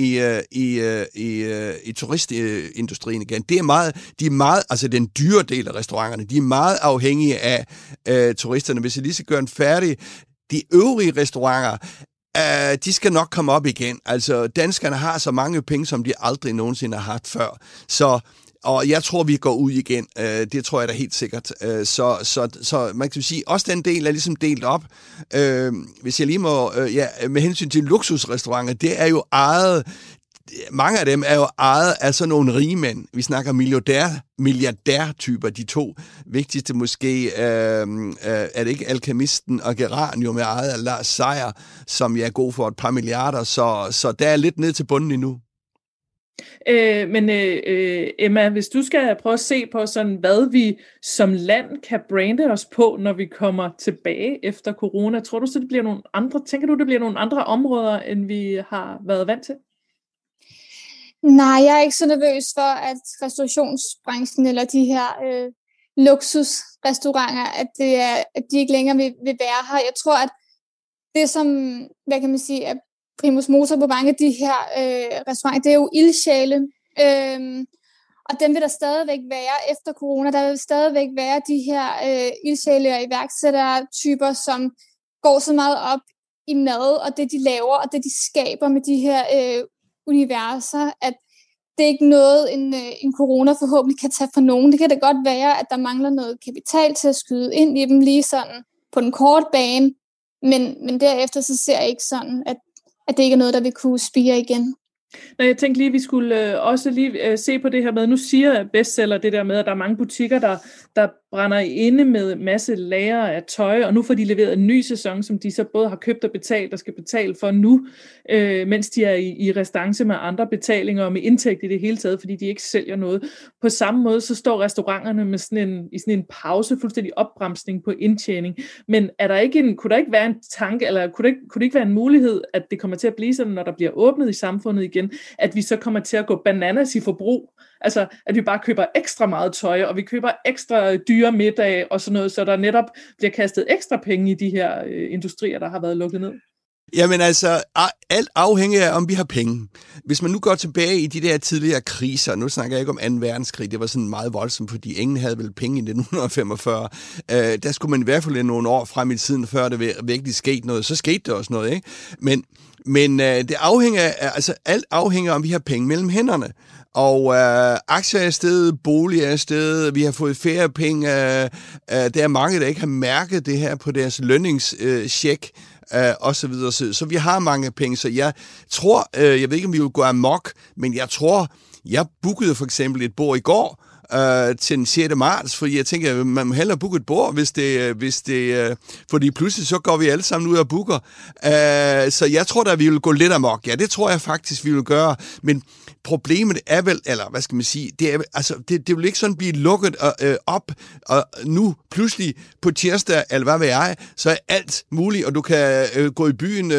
Speaker 2: i turistindustrien igen. De er meget, altså den dyre del af restauranterne, de er meget afhængige af turisterne. Hvis jeg lige skal gøre en færdig, de øvrige restauranter, de skal nok komme op igen. Altså, danskerne har så mange penge, som de aldrig nogensinde har haft før. Og jeg tror, vi går ud igen. Det tror jeg da helt sikkert. Så man kan sige, også den del er ligesom delt op. Hvis jeg lige må... med hensyn til luksusrestauranter, det er jo ejet... Mange af dem er jo ejet af sådan nogle rigmænd. Vi snakker milliardærtyper. De to vigtigste måske er det ikke Alkemisten og Geranium er ejet af Lars Seier, som er god for et par milliarder. Så der er lidt ned til bunden endnu.
Speaker 1: Men Emma, hvis du skal prøve at se på sådan, hvad vi som land kan brande os på, når vi kommer tilbage efter corona, tror du så, det bliver nogle andre? Tænker du, det bliver nogle andre områder, end vi har været vant til?
Speaker 3: Nej, jeg er ikke så nervøs for, at restaurationsbranchen eller de her luksusrestauranter, at de ikke længere vil være her. Jeg tror, at det som, er primus motor på mange af de her restauranter, det er jo ildsjæle. Og dem vil der stadigvæk være efter corona. Der vil stadigvæk være de her ildsjæle og iværksættertyper, som går så meget op i mad og det, de laver og det, de skaber med de her universer, at det er ikke noget, en corona forhåbentlig kan tage fra nogen. Det kan da godt være, at der mangler noget kapital til at skyde ind i dem lige sådan på den korte bane, men derefter så ser jeg ikke sådan, at det ikke er noget, der vil kunne spire igen.
Speaker 1: Nå, jeg tænkte lige, at vi skulle også lige se på det her med, nu siger bestseller det der med, at der er mange butikker, der brænder inde med masse lager af tøj, og nu får de leveret en ny sæson, som de så både har købt og betalt, og skal betale for nu, mens de er i restance med andre betalinger og med indtægt i det hele taget, fordi de ikke sælger noget. På samme måde, så står restauranterne med sådan en pause, fuldstændig opbremsning på indtjening. Men kunne der ikke være en tanke, eller kunne det ikke være en mulighed, at det kommer til at blive sådan, når der bliver åbnet i samfundet igen, at vi så kommer til at gå bananas i forbrug? Altså, at vi bare køber ekstra meget tøj, og vi køber ekstra dyre middag og sådan noget, så der netop bliver kastet ekstra penge i de her industrier, der har været lukket ned.
Speaker 2: Jamen altså, alt afhænger af, om vi har penge. Hvis man nu går tilbage i de der tidligere kriser, nu snakker jeg ikke om 2. verdenskrig, det var sådan meget voldsomt, fordi ingen havde vel penge i 1945. Der skulle man i hvert fald nogle år frem i tiden, før det virkelig skete noget. Så skete der også noget, ikke? Men det afhænger af, altså alt afhænger om, vi har penge mellem hænderne. Og aktier er stedet, bolig er stedet, vi har fået færre penge. Der er mange, der ikke har mærket det her på deres lønningscheck. Og så videre. Så vi har mange penge, så jeg tror, jeg ved ikke, om vi vil gå amok, men jeg tror, jeg bookede for eksempel et bord i går til den 6. marts, fordi jeg tænker, man må hellere booke et bord, hvis det fordi pludselig så går vi alle sammen ud og booker. Så jeg tror da, vi vil gå lidt amok. Ja, det tror jeg faktisk, vi vil gøre, men problemet er vel, eller hvad skal man sige, det vil ikke sådan blive lukket op, og nu pludselig på tirsdag, eller hvad ved jeg, så er alt muligt, og du kan gå i byen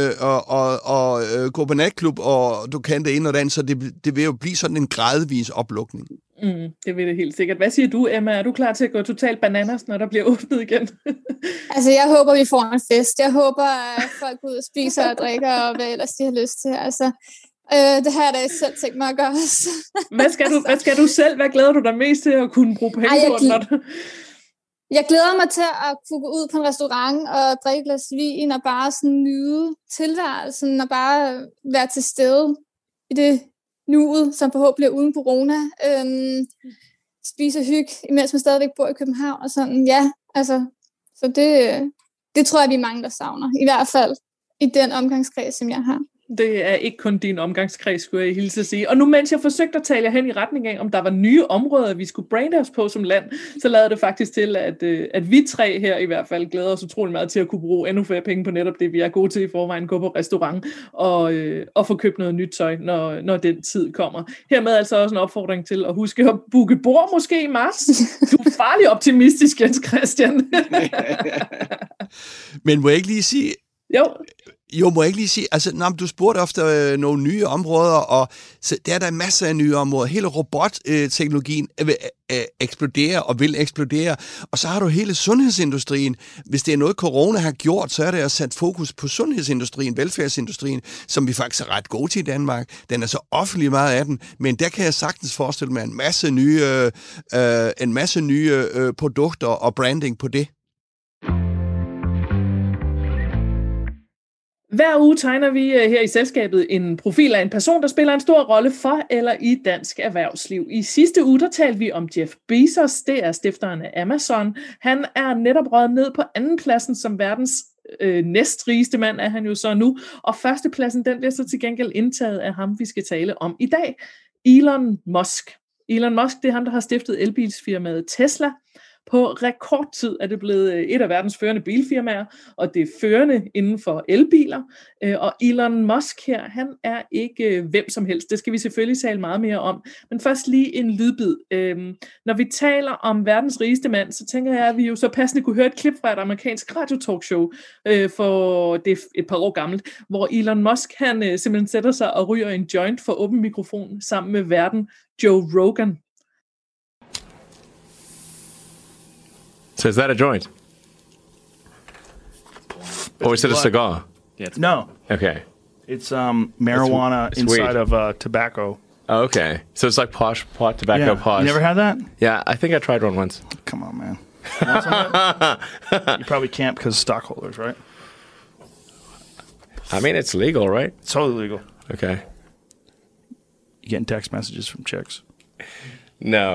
Speaker 2: og gå på natklub, og du kan det ene og det andet, så det vil jo blive sådan en gradvis oplukning.
Speaker 1: Det vil det helt sikkert. Hvad siger du, Emma? Er du klar til at gå totalt bananas, når der bliver åbnet igen?
Speaker 3: Altså, jeg håber, vi får en fest. Jeg håber, at folk går ud og spiser og drikker, og hvad ellers de har lyst til. Altså, det har jeg da selv tænkt mig at gøre.
Speaker 1: Hvad skal du selv? Hvad glæder du dig mest til at kunne bruge penge på?
Speaker 3: Jeg glæder mig til at kunne gå ud på en restaurant og drikke glas vin og bare sådan nyde tilværelsen og bare være til stede i det nuet, som forhåbentlig er uden corona. Spise og hygge, imens man stadigvæk bor i København og sådan. Ja, altså, så det tror jeg, vi er mange, der savner. I hvert fald i den omgangskreds, som jeg har.
Speaker 1: Det er ikke kun din omgangskreds, skulle jeg hilse at sige. Og nu, mens jeg forsøgte at tale jer hen i retning af, om der var nye områder, vi skulle brande os på som land, så lavede det faktisk til, at vi tre her i hvert fald glæder os utrolig meget til at kunne bruge endnu flere penge på netop det, vi er gode til i forvejen, gå på restaurant og få købt noget nyt tøj, når den tid kommer. Hermed altså også en opfordring til at huske at booke bord måske i marts. Du er farlig optimistisk, Jens Christian.
Speaker 2: Men må jeg ikke lige sige... Jo, må jeg ikke lige sige, altså, du spurgte ofte nogle nye områder, og så der er der masser af nye områder. Hele robotteknologien eksploderer og vil eksplodere, og så har du hele sundhedsindustrien. Hvis det er noget, corona har gjort, så er det at sætte fokus på sundhedsindustrien, velfærdsindustrien, som vi faktisk er ret gode til i Danmark. Den er så offentlig meget af den, men der kan jeg sagtens forestille mig en masse nye produkter og branding på det.
Speaker 1: Hver uge tegner vi her i selskabet en profil af en person, der spiller en stor rolle for eller i dansk erhvervsliv. I sidste uge, der talte vi om Jeff Bezos, det er stifteren af Amazon. Han er netop røget ned på andenpladsen som verdens næstrigeste mand, er han jo så nu. Og førstepladsen, den bliver så til gengæld indtaget af ham, vi skal tale om i dag, Elon Musk. Elon Musk, det er ham, der har stiftet elbilsfirmaet Tesla. På rekordtid er det blevet et af verdens førende bilfirmaer, og det er førende inden for elbiler. Og Elon Musk her, han er ikke hvem som helst. Det skal vi selvfølgelig tale meget mere om. Men først lige en lydbid. Når vi taler om verdens rigeste mand, så tænker jeg, at vi jo så passende kunne høre et klip fra et amerikansk radiotalkshow, for det er et par år gammelt, hvor Elon Musk, han simpelthen sætter sig og ryger en joint for åben mikrofon sammen med værten Joe Rogan.
Speaker 4: So is that a joint? Or is it a cigar?
Speaker 5: Yeah, no.
Speaker 4: Okay.
Speaker 5: It's marijuana
Speaker 4: it's
Speaker 5: inside
Speaker 4: weed.
Speaker 5: of tobacco.
Speaker 4: Oh, okay. So it's like pot tobacco
Speaker 5: Yeah.
Speaker 4: posh.
Speaker 5: You never had that?
Speaker 4: Yeah, I think I tried one once.
Speaker 5: Come on, man. You want some of that? You probably can't because stockholders, right?
Speaker 4: I mean, it's legal, right?
Speaker 5: It's totally legal.
Speaker 4: Okay.
Speaker 5: You getting text messages from chicks?
Speaker 4: No.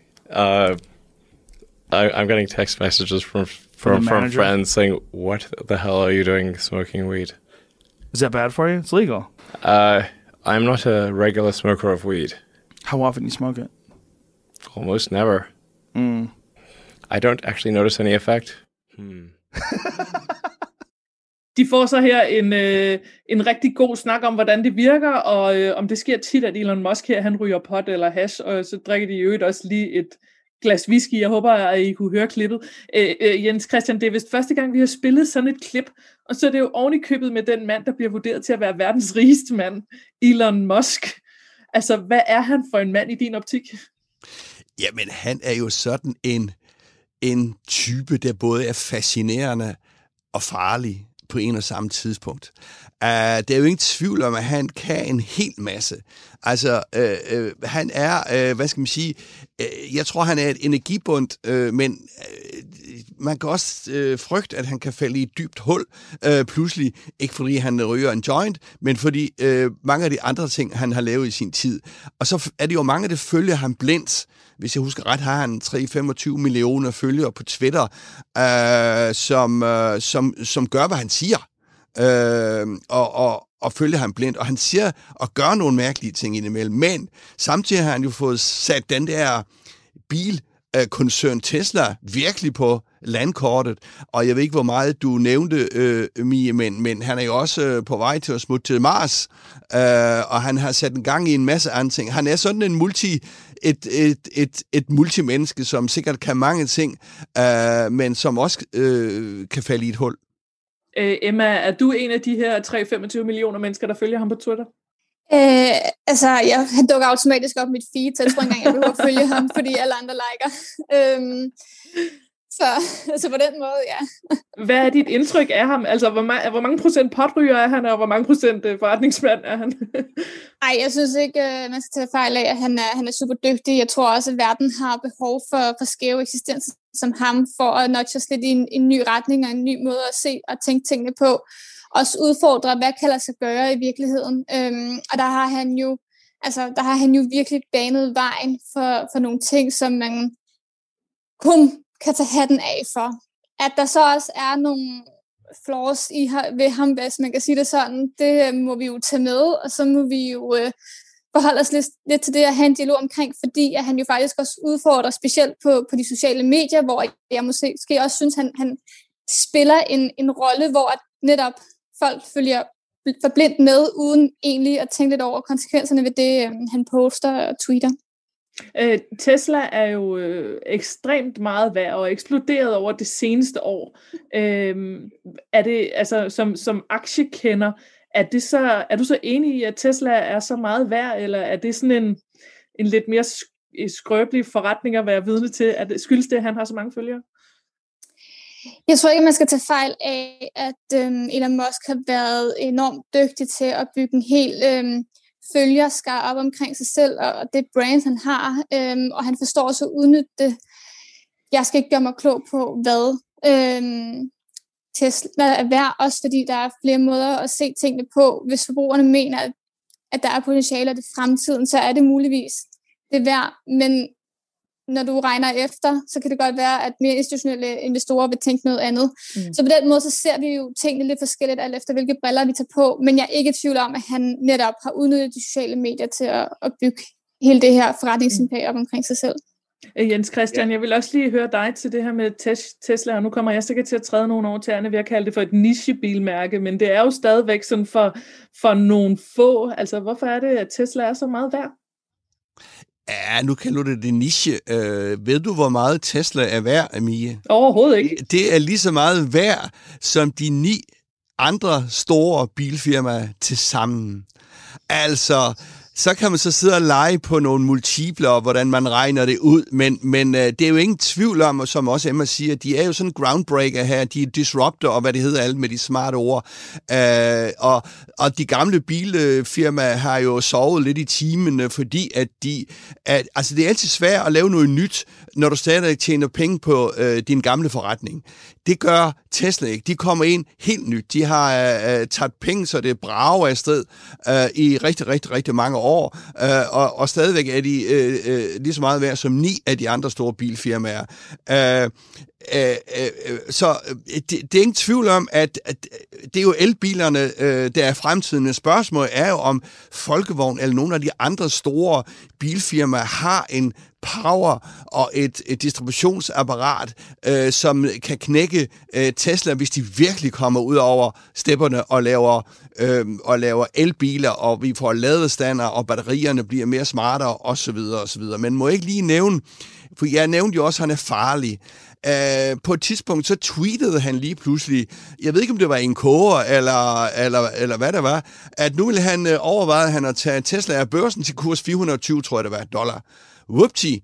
Speaker 4: I'm getting text messages from friends saying, "What the hell are you doing smoking weed?"
Speaker 5: Is that bad for you? It's legal.
Speaker 4: I'm not a regular smoker of weed.
Speaker 5: How often do you smoke it?
Speaker 4: Almost never. I don't actually notice any effect.
Speaker 1: De får så her en rigtig god snak om, hvordan det virker, og om det sker tit, at Elon Musk her, han ryger pot eller hash, og så drikker de i øvrigt også lige et glas whisky. Jeg håber, at I kunne høre klippet. Jens Christian, det er vist første gang, vi har spillet sådan et klip, og så er det jo oven i købet med den mand, der bliver vurderet til at være verdens rigeste mand, Elon Musk. Altså, hvad er han for en mand i din optik?
Speaker 2: Jamen, han er jo sådan en type, der både er fascinerende og farlig på en og samme tidspunkt. Der er jo ingen tvivl om, at han kan en hel masse. Altså, han er, hvad skal man sige, jeg tror, han er et energibund, men man kan også frygte, at han kan falde i et dybt hul pludselig. Ikke fordi han ryger en joint, men fordi mange af de andre ting, han har lavet i sin tid. Og så er det jo mange, der følger ham blindt. Hvis jeg husker ret, har han 3-25 millioner følgere på Twitter, som gør, hvad han siger. Og følger ham blindt. Og han siger og gør nogle mærkelige ting indimellem. Men samtidig har han jo fået sat den der bilkoncern Tesla virkelig på landkortet. Og jeg ved ikke, hvor meget du nævnte, Mie, men han er jo også på vej til at smutte til Mars. Og han har sat en gang i en masse andre ting. Han er sådan en et multimenneske, som sikkert kan mange ting, men som også kan falde i et hul.
Speaker 1: Emma, er du en af de her 3-25 millioner mennesker, der følger ham på Twitter?
Speaker 3: Han dukker automatisk op i mit feed, så jeg tror ikke engang, jeg behøver at følge ham, fordi alle andre liker. Så på den måde, ja.
Speaker 1: Hvad er dit indtryk af ham? Altså, hvor mange procent potryger er han, og hvor mange procent forretningsmand er han?
Speaker 3: Ej, jeg synes ikke, man skal tage fejl af, at han er super dygtig. Jeg tror også, at verden har behov for skæve eksistenser som ham, for at nudge os lidt i en ny retning og en ny måde at se og tænke tingene på. Også udfordre, hvad kan lade sig gøre i virkeligheden. Og der har han jo virkelig banet vejen for nogle ting, som man kun kan tage hatten af for. At der så også er nogle flaws ved ham, hvis man kan sige det sådan, det må vi jo tage med, og så må vi jo forholde os lidt til det at have en dialog omkring, fordi at han jo faktisk også udfordrer, specielt på de sociale medier, hvor jeg måske også synes, han spiller en rolle, hvor at netop folk følger for blindt med, uden egentlig at tænke lidt over konsekvenserne ved det, han poster og tweeter.
Speaker 1: Tesla er jo ekstremt meget værd og eksploderet over det seneste år. Er det, altså, som aktiekender, er du så enig i, at Tesla er så meget værd, eller er det sådan en lidt mere skrøbelig forretning at være vidne til? Skyldes det, at han har så mange følgere?
Speaker 3: Jeg tror ikke, man skal tage fejl af, at Elon Musk har været enormt dygtig til at bygge en hel følgerskare op omkring sig selv, og det brand, han har, og han forstår også at udnytte det. Jeg skal ikke gøre mig klog på, hvad Tesla er værd, også fordi der er flere måder at se tingene på. Hvis forbrugerne mener, at der er potentiale af det fremtiden, så er det muligvis det værd, men når du regner efter, så kan det godt være, at mere institutionelle investorer vil tænke noget andet. Så på den måde, så ser vi jo tingene lidt forskelligt, alt efter hvilke briller vi tager på, men jeg er ikke i tvivl om, at han netop har udnyttet de sociale medier til at bygge hele det her forretningsimperium op omkring sig selv.
Speaker 1: Jens Christian, jeg vil også lige høre dig til det her med Tesla, og nu kommer jeg sikkert til at træde nogle år tæerne ved at kalde det for et nichebilmærke, men det er jo stadigvæk sådan for nogle få. Altså, hvorfor er det, at Tesla er så meget værd?
Speaker 2: Ja, nu kalder du det niche. Ved du, hvor meget Tesla er værd, Amie?
Speaker 1: Overhovedet ikke.
Speaker 2: Det er lige så meget værd, som de 9 andre store bilfirmaer til sammen. Altså, så kan man så sidde og lege på nogle multipler, og hvordan man regner det ud, men det er jo ingen tvivl om, og som også Emma siger, de er jo sådan groundbreaker her, de er disruptor, og hvad det hedder alt med de smarte ord. Og de gamle bilfirmaer har jo sovet lidt i timene, fordi at altså det er altid svært at lave noget nyt, når du stadig tjener penge på din gamle forretning. Det gør Tesla ikke. De kommer ind helt nyt. De har taget penge, så det brager afsted i rigtig mange år, og stadigvæk er de lige så meget værd som 9 af de andre store bilfirmaer. Så det er ingen tvivl om, at det er jo elbilerne, der er fremtiden. Spørgsmålet er jo, om Folkevogn eller nogle af de andre store bilfirmaer har en power og et distributionsapparat, som kan knække Tesla, hvis de virkelig kommer ud over stepperne og laver elbiler, og vi får ladestander, og batterierne bliver mere smartere, osv. osv. Men må ikke lige nævne, for jeg nævnte jo også, at han er farlig. På et tidspunkt, så tweetede han lige pludselig, jeg ved ikke, om det var en koger, eller hvad det var, at nu ville han overveje, han at tage Tesla af børsen til kurs 420, tror jeg det var, dollar. Whoopty.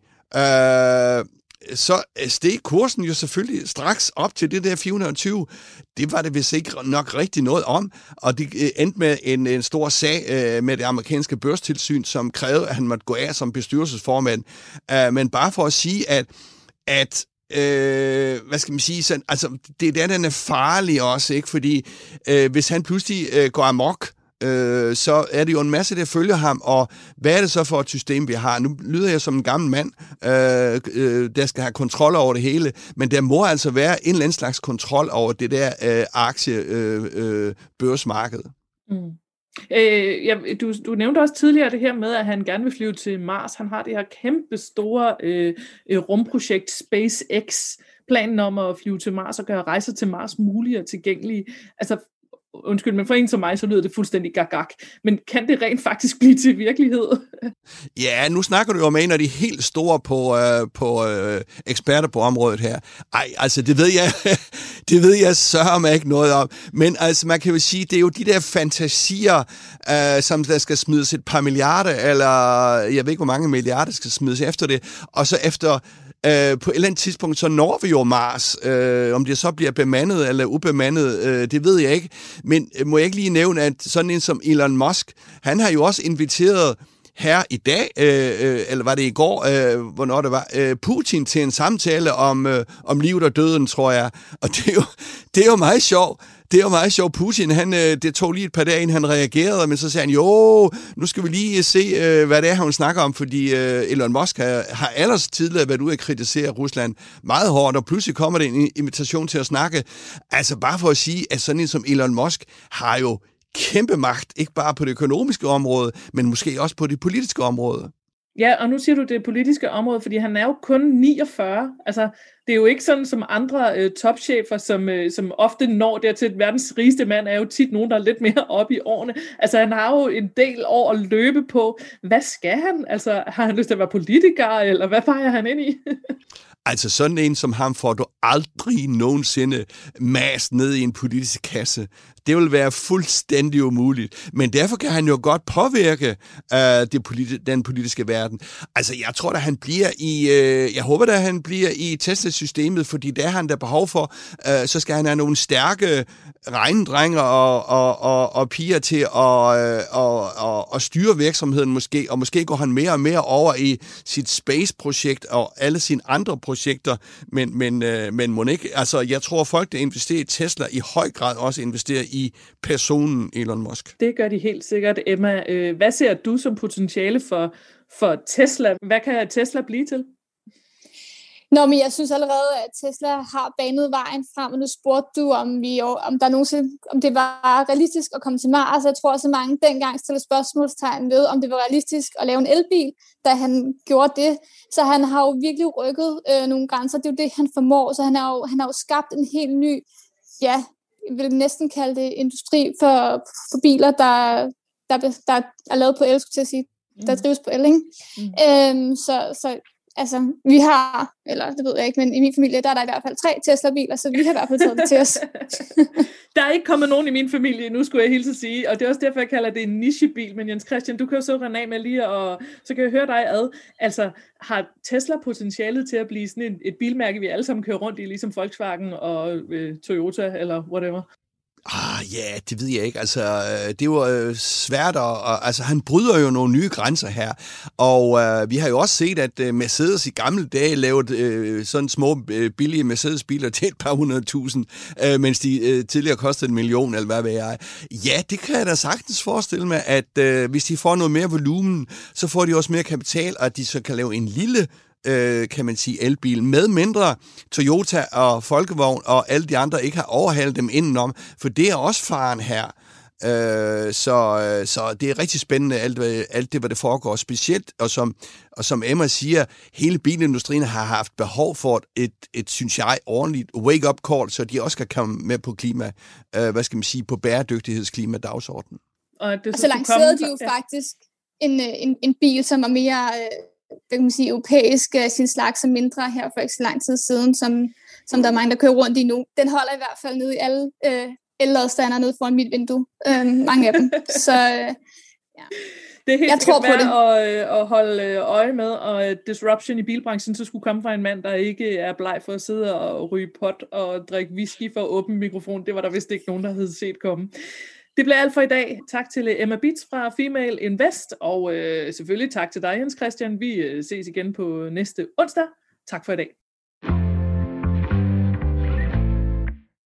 Speaker 2: Så steg kursen jo selvfølgelig straks op til det der 420. Det var det vist ikke nok rigtig noget om, og det endte med en stor sag med det amerikanske børstilsyn, som krævede, at han måtte gå af som bestyrelsesformand. Men bare for at sige, at hvad skal man sige, sådan, altså det der, den er farlig også, ikke? Fordi hvis han pludselig går amok, så er det jo en masse, der følger ham, og hvad er det så for et system, vi har? Nu lyder jeg som en gammel mand, der skal have kontrol over det hele, men der må altså være en eller anden slags kontrol over det der aktiebørsmarked.
Speaker 1: Du nævnte også tidligere det her med, at han gerne vil flyve til Mars. Han har det her kæmpe store rumprojekt SpaceX, planen om at flyve til Mars og gøre rejser til Mars mulige og tilgængelige. Altså, undskyld, men for en som mig, så lyder det fuldstændig gagag. Men kan det rent faktisk blive til virkelighed?
Speaker 2: Ja, nu snakker du jo om en af de helt store på eksperter på området her. Ej, altså det ved jeg sørme ikke noget om. Men altså man kan jo sige, det er jo de der fantasier, som der skal smides et par milliarder, eller jeg ved ikke, hvor mange milliarder skal smides efter det, og så efter på et eller andet tidspunkt, så når vi jo Mars. Om det så bliver bemandet eller ubemandet, det ved jeg ikke. Men må jeg ikke lige nævne, at sådan en som Elon Musk, han har jo også inviteret her i dag, eller var det i går, hvornår det var, Putin til en samtale om livet og døden, tror jeg. Og det er jo meget sjovt. Det er jo meget sjovt. Putin, det tog lige et par dage, inden han reagerede, men så sagde han, jo, nu skal vi lige se, hvad det er, han snakker om, fordi Elon Musk har ellers tidligere været ude at kritisere Rusland meget hårdt, og pludselig kommer der en invitation til at snakke. Altså bare for at sige, at sådan en som Elon Musk har jo kæmpe magt, ikke bare på det økonomiske område, men måske også på det politiske område.
Speaker 1: Ja, og nu siger du det politiske område, fordi han er jo kun 49. Altså, det er jo ikke sådan som andre topchefer, som ofte når dertil, at verdens rigeste mand er jo tit nogen, der er lidt mere oppe i årene. Altså, han har jo en del år at løbe på. Hvad skal han? Altså, har han lyst til at være politiker, eller hvad fejrer han ind i?
Speaker 2: Altså sådan en som ham får du aldrig nogensinde mast ned i en politisk kasse. Det vil være fuldstændig umuligt. Men derfor kan han jo godt påvirke den politiske verden. Altså jeg tror, at han bliver jeg håber, at han bliver i Tesla-systemet, fordi der har han der behov for. Så skal han have nogle stærke regnedrenger og piger til at styre virksomheden måske. Og måske går han mere og mere over i sit space-projekt og alle sine andre projekter. Men må ikke. Altså jeg tror, folk, der investerer i Tesla, i høj grad også investerer i personen Elon Musk.
Speaker 1: Det gør de helt sikkert. Emma, hvad ser du som potentiale for Tesla? Hvad kan Tesla blive til?
Speaker 3: Nå, men jeg synes allerede, at Tesla har banet vejen frem, og nu spurgte du, om det var realistisk at komme til Mars. Jeg tror også, at mange dengang stillede spørgsmålstegn ved, om det var realistisk at lave en elbil, da han gjorde det. Så han har jo virkelig rykket nogle grænser. Det er jo det, han formår. Så han har jo skabt en helt ny, jeg vil næsten kalde det industri for biler, der er lavet på el, skulle jeg sige, der drives på el, ikke? Så altså, vi har, eller det ved jeg ikke, men i min familie, der er der i hvert fald 3 Tesla-biler, så vi har i hvert fald taget det til os.
Speaker 1: Der er ikke kommet nogen i min familie, nu skulle jeg hilse at sige, og det er også derfor, jeg kalder det en nichebil, men Jens Christian, du kan jo så rende af med lige, og så kan jeg høre dig ad. Altså, har Tesla potentialet til at blive sådan et bilmærke, vi alle sammen kører rundt i, ligesom Volkswagen og Toyota, eller whatever?
Speaker 2: Ja, det ved jeg ikke. Altså, det var svært, altså han bryder jo nogle nye grænser her, og vi har jo også set, at Mercedes i gamle dage lavede sådan små billige Mercedes-biler til et par 100.000, mens de tidligere kostede 1 million, eller hvad ved jeg. Ja, det kan jeg da sagtens forestille mig, at hvis de får noget mere volumen, så får de også mere kapital, og at de så kan lave en lille kan man sige, elbil, med mindre Toyota og Folkevogn og alle de andre ikke har overhalet dem indenom, for det er også faren her. Så det er rigtig spændende, alt det, hvad det foregår specielt, og som Emma siger, hele bilindustrien har haft behov for et synes jeg, ordentligt wake-up call, så de også kan komme med på på bæredygtighedsklimadagsordenen.
Speaker 3: Og så lancerede de jo faktisk en bil, som er mere kan man sige, europæisk sin slags, som mindre her for ikke så lang tid siden, som der er mange, der kører rundt i nu. Den holder i hvert fald nede i alle elladestander nede foran mit vindue. Mange af dem. Så ja.
Speaker 1: Det er helt sikkert værd at holde øje med, og disruption i bilbranchen så skulle komme fra en mand, der ikke er bleg for at sidde og ryge pot og drikke whisky for åben mikrofon. Det var der vist ikke nogen, der havde set komme. Det blev alt for i dag. Tak til Emma Bitz fra Female Invest, og selvfølgelig tak til dig, Jens Christian. Vi ses igen på næste onsdag. Tak for i dag.